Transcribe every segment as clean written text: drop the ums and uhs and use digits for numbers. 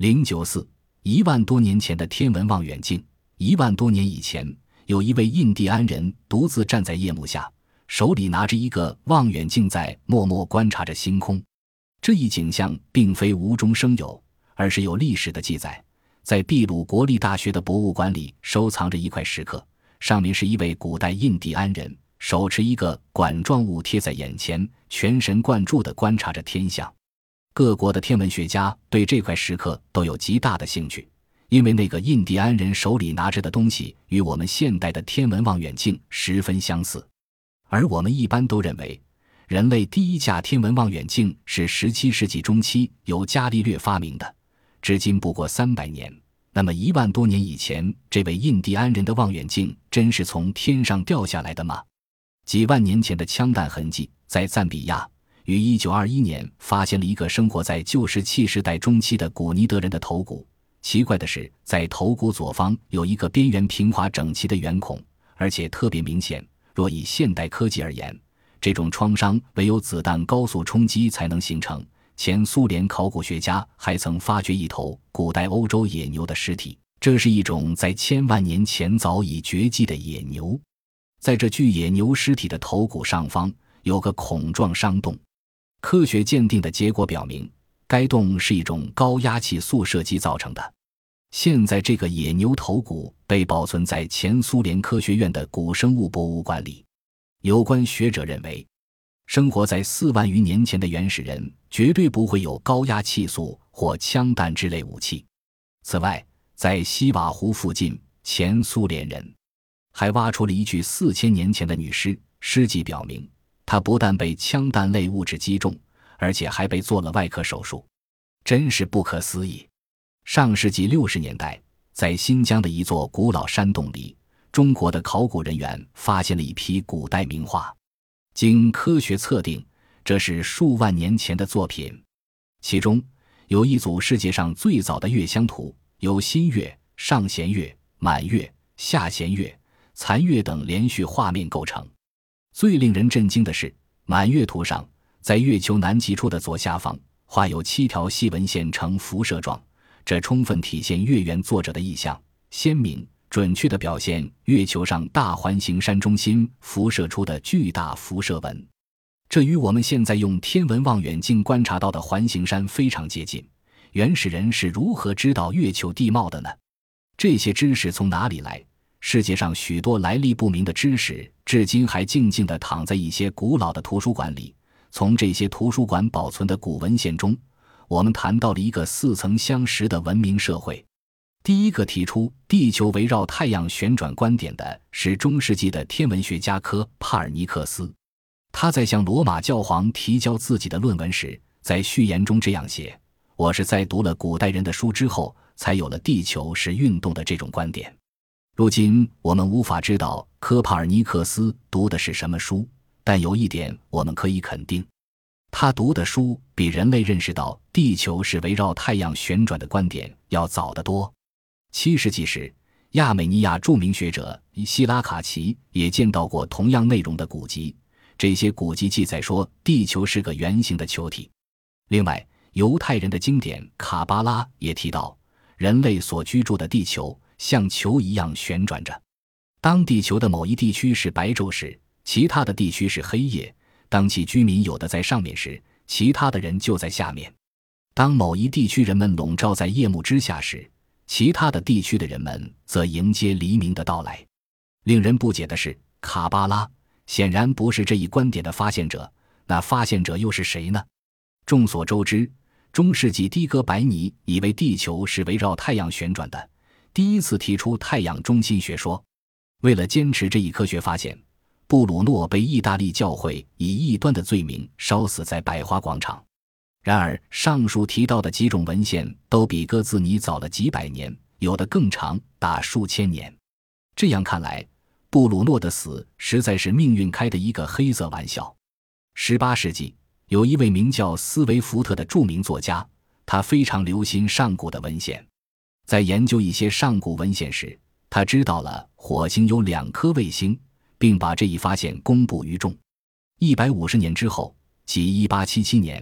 094 1万多年前的天文望远镜。1万多年以前，有一位印第安人独自站在夜幕下，手里拿着一个望远镜，在默默观察着星空。这一景象并非无中生有，而是有历史的记载。在秘鲁国立大学的博物馆里收藏着一块石刻，上面是一位古代印第安人，手持一个管状物贴在眼前，全神贯注地观察着天象。各国的天文学家对这块石刻都有极大的兴趣，因为那个印第安人手里拿着的东西与我们现代的天文望远镜十分相似。而我们一般都认为，人类第一架天文望远镜是17世纪中期由伽利略发明的，至今不过300年。那么1万多年以前，这位印第安人的望远镜真是从天上掉下来的吗？几万年前的枪弹痕迹在赞比亚于1921年发现了一个生活在旧石器时代中期的古尼德人的头骨。奇怪的是，在头骨左方有一个边缘平滑整齐的圆孔，而且特别明显。若以现代科技而言，这种创伤唯有子弹高速冲击才能形成。前苏联考古学家还曾发掘一头古代欧洲野牛的尸体，这是一种在千万年前早已绝迹的野牛。在这具野牛尸体的头骨上方有个孔状伤洞，科学鉴定的结果表明，该洞是一种高压气速射击造成的。现在这个野牛头骨被保存在前苏联科学院的古生物博物馆里。有关学者认为，生活在4万余年前的原始人绝对不会有高压气速或枪弹之类武器。此外，在西瓦湖附近，前苏联人还挖出了一具4000年前的女尸，尸迹表明她不但被枪弹类物质击中，而且还被做了外科手术，真是不可思议。上世纪60年代，在新疆的一座古老山洞里，中国的考古人员发现了一批古代名画。经科学测定，这是数万年前的作品。其中有一组世界上最早的月相图，由新月、上弦月、满月、下弦月、残月等连续画面构成。最令人震惊的是，满月图上，在月球南极处的左下方画有7条细纹线呈辐射状，这充分体现月圆作者的意象，鲜明准确地表现月球上大环形山中心辐射出的巨大辐射纹。这与我们现在用天文望远镜观察到的环形山非常接近。原始人是如何知道月球地貌的呢？这些知识从哪里来？世界上许多来历不明的知识至今还静静地躺在一些古老的图书馆里。从这些图书馆保存的古文献中，我们谈到了一个似曾相识的文明社会。第一个提出地球围绕太阳旋转观点的是中世纪的天文学家科帕尔尼克斯。他在向罗马教皇提交自己的论文时，在序言中这样写：我是在读了古代人的书之后，才有了地球是运动的这种观点。如今我们无法知道科帕尔尼克斯读的是什么书，但有一点我们可以肯定，他读的书比人类认识到地球是围绕太阳旋转的观点要早得多。7世纪时，亚美尼亚著名学者希拉卡奇也见到过同样内容的古籍，这些古籍记载说地球是个圆形的球体。另外，犹太人的经典卡巴拉也提到，人类所居住的地球像球一样旋转着。当地球的某一地区是白昼时，其他的地区是黑夜；当其居民有的在上面时，其他的人就在下面；当某一地区人们笼罩在夜幕之下时，其他的地区的人们则迎接黎明的到来。令人不解的是，卡巴拉显然不是这一观点的发现者，那发现者又是谁呢？众所周知，中世纪的哥白尼以为地球是围绕太阳旋转的，第一次提出太阳中心学说。为了坚持这一科学发现，布鲁诺被意大利教会以异端的罪名烧死在百花广场。然而上述提到的几种文献都比哥兹尼早了几百年，有的更长，达数千年。这样看来，布鲁诺的死实在是命运开的一个黑色玩笑。18世纪，有一位名叫斯维福特的著名作家，他非常留心上古的文献。在研究一些上古文献时，他知道了火星有2颗卫星，并把这一发现公布于众。150年之后，即1877年，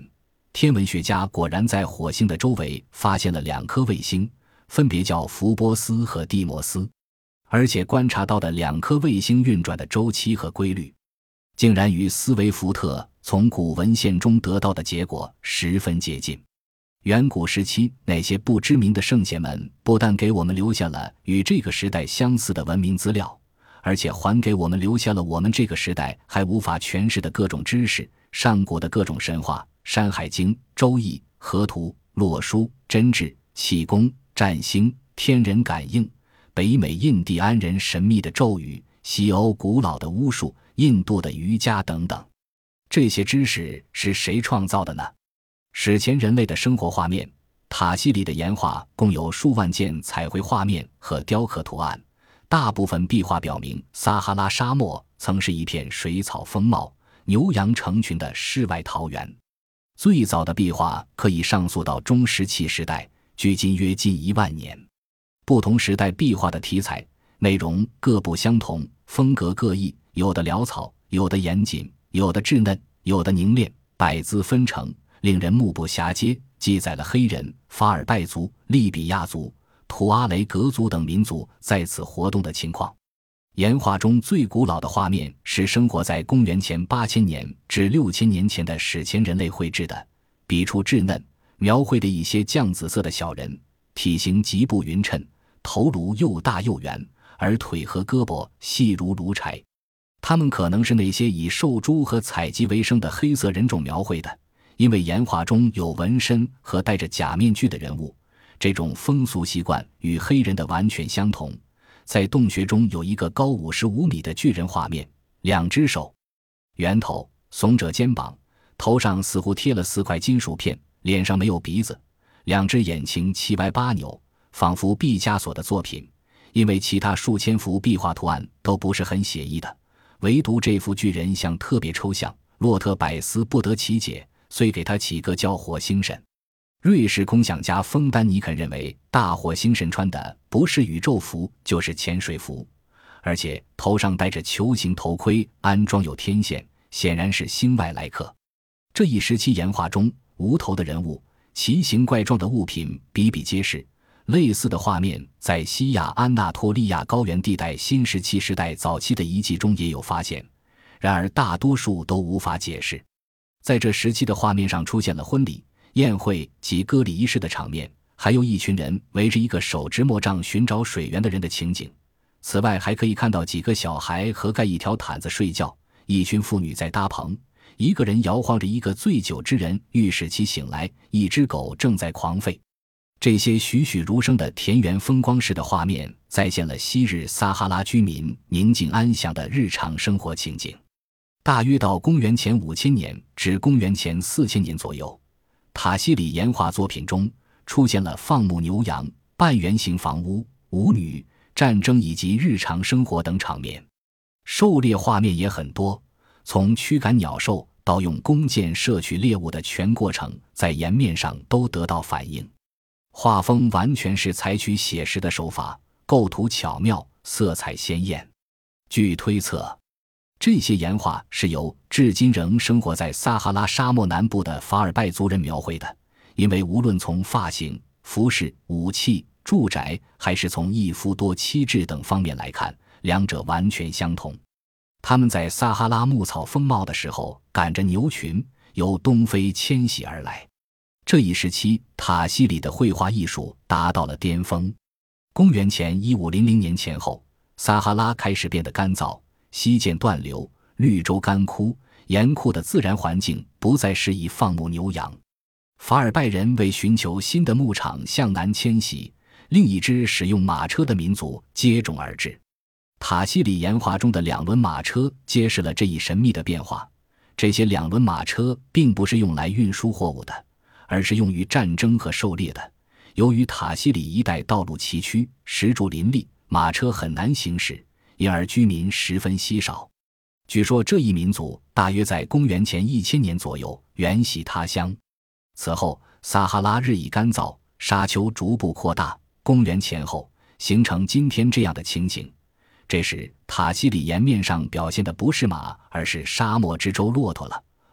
天文学家果然在火星的周围发现了2颗卫星，分别叫福波斯和蒂摩斯，而且观察到的2颗卫星运转的周期和规律，竟然与斯维福特从古文献中得到的结果十分接近。远古时期那些不知名的圣贤们不但给我们留下了与这个时代相似的文明资料，而且还给我们留下了我们这个时代还无法诠释的各种知识，上古的各种神话、山海经、周易、河图、洛书、针质、气功、占星、天人感应，北美印第安人神秘的咒语，西欧古老的巫术，印度的瑜伽等等。这些知识是谁创造的呢？史前人类的生活画面，塔西里的岩画共有数万件彩绘画面和雕刻图案，大部分壁画表明撒哈拉沙漠曾是一片水草丰茂、牛羊成群的世外桃源。最早的壁画可以上溯到中石器时代，距今约近1万年。不同时代壁画的题材、内容各不相同，风格各异，有的潦草，有的严谨，有的稚嫩，有的凝练，百姿纷呈，令人目不暇接，记载了黑人、法尔拜族、利比亚族、图阿雷格族等民族在此活动的情况。岩画中最古老的画面是生活在公元前8000年至6000年前的史前人类绘制的，笔触稚嫩，描绘的一些绛紫色的小人，体型极不匀称，头颅又大又圆，而腿和胳膊细如炉柴。他们可能是那些以兽猪和采集为生的黑色人种描绘的，因为岩画中有纹身和戴着假面具的人物，这种风俗习惯与黑人的完全相同。在洞穴中有一个高55米的巨人画面，2只手，圆头，耸着肩膀，头上似乎贴了4块金属片，脸上没有鼻子，2只眼睛七歪八扭，仿佛毕加索的作品。因为其他数千幅壁画图案都不是很写意的，唯独这幅巨人像特别抽象，洛特百思不得其解，遂给他起个叫火星神。瑞士空想家枫丹尼肯认为，大火星神穿的不是宇宙服就是潜水服，而且头上戴着球形头盔，安装有天线，显然是星外来客。这一时期岩画中无头的人物、奇形怪状的物品比比皆是，类似的画面在西亚安纳托利亚高原地带新石器时代早期的遗迹中也有发现，然而大多数都无法解释。在这时期的画面上出现了婚礼、宴会及割礼仪式的场面，还有一群人围着一个手执魔杖寻找水源的人的情景。此外还可以看到几个小孩合盖一条毯子睡觉，一群妇女在搭棚，一个人摇晃着一个醉酒之人欲使其醒来，一只狗正在狂吠。这些栩栩如生的田园风光式的画面再现了昔日撒哈拉居民宁静安详的日常生活情景。大约到公元前5000年至公元前4000年左右，塔西里岩画作品中出现了放牧牛羊、半圆形房屋、舞女、战争以及日常生活等场面。狩猎画面也很多，从驱赶鸟兽到用弓箭射取猎物的全过程在岩面上都得到反映。画风完全是采取写实的手法，构图巧妙，色彩鲜艳。据推测，这些岩画是由至今仍生活在撒哈拉沙漠南部的法尔拜族人描绘的，因为无论从发型、服饰、武器、住宅，还是从一夫多妻制等方面来看，两者完全相同。他们在撒哈拉牧草丰茂的时候赶着牛群由东非迁徙而来。这一时期塔西里的绘画艺术达到了巅峰。公元前1500年前后，撒哈拉开始变得干燥，溪涧断流，绿洲干枯，严酷的自然环境不再适宜放牧牛羊。法尔拜人为寻求新的牧场向南迁徙，另一支使用马车的民族接踵而至。塔西里岩画中的2轮马车揭示了这一神秘的变化。这些2轮马车并不是用来运输货物的，而是用于战争和狩猎的。由于塔西里一带道路崎岖，石柱林立，马车很难行驶，因而居民十分稀少。据说这一民族大约在公元前1000年左右远徙他乡。此后撒哈拉日益干燥，沙丘逐步扩大，公元前后形成今天这样的情景。这时塔西里岩面上表现的不是马，而是沙漠之舟骆驼了。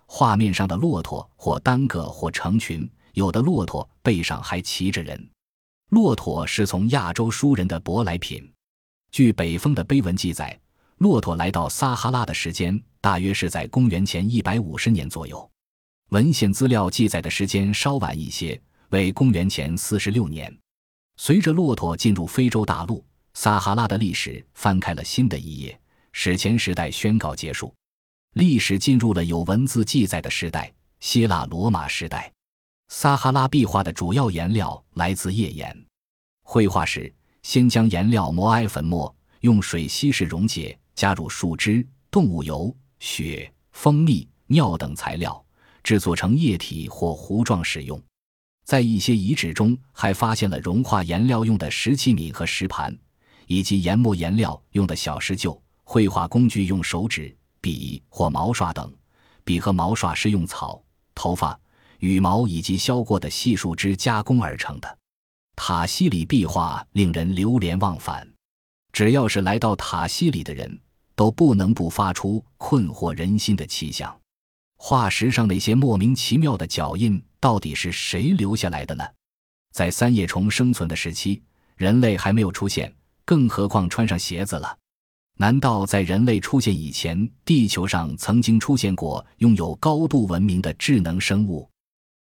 画面上的骆驼或单个或成群，有的骆驼背上还骑着人。骆驼是从亚洲输人的舶来品。据北风的碑文记载，骆驼来到撒哈拉的时间大约是在公元前150年左右。文献资料记载的时间稍晚一些，为公元前46年。随着骆驼进入非洲大陆，撒哈拉的历史翻开了新的一页，史前时代宣告结束，历史进入了有文字记载的时代——希腊罗马时代。撒哈拉壁画的主要颜料来自页岩。绘画时，先将颜料磨挨粉末，用水稀释溶解，加入树脂、动物油、血、蜂蜜、尿等材料，制作成液体或糊状使用。在一些遗址中还发现了融化颜料用的石器皿和石盘，以及研磨颜料用的小石臼。绘画工具用手指、笔或毛刷等，笔和毛刷是用草、头发、羽毛以及削过的细树枝加工而成的。塔西里壁画令人流连忘返，只要是来到塔西里的人，都不能不发出困惑人心的气象。画石上那些莫名其妙的脚印到底是谁留下来的呢？在三叶虫生存的时期，人类还没有出现，更何况穿上鞋子了。难道在人类出现以前，地球上曾经出现过拥有高度文明的智能生物？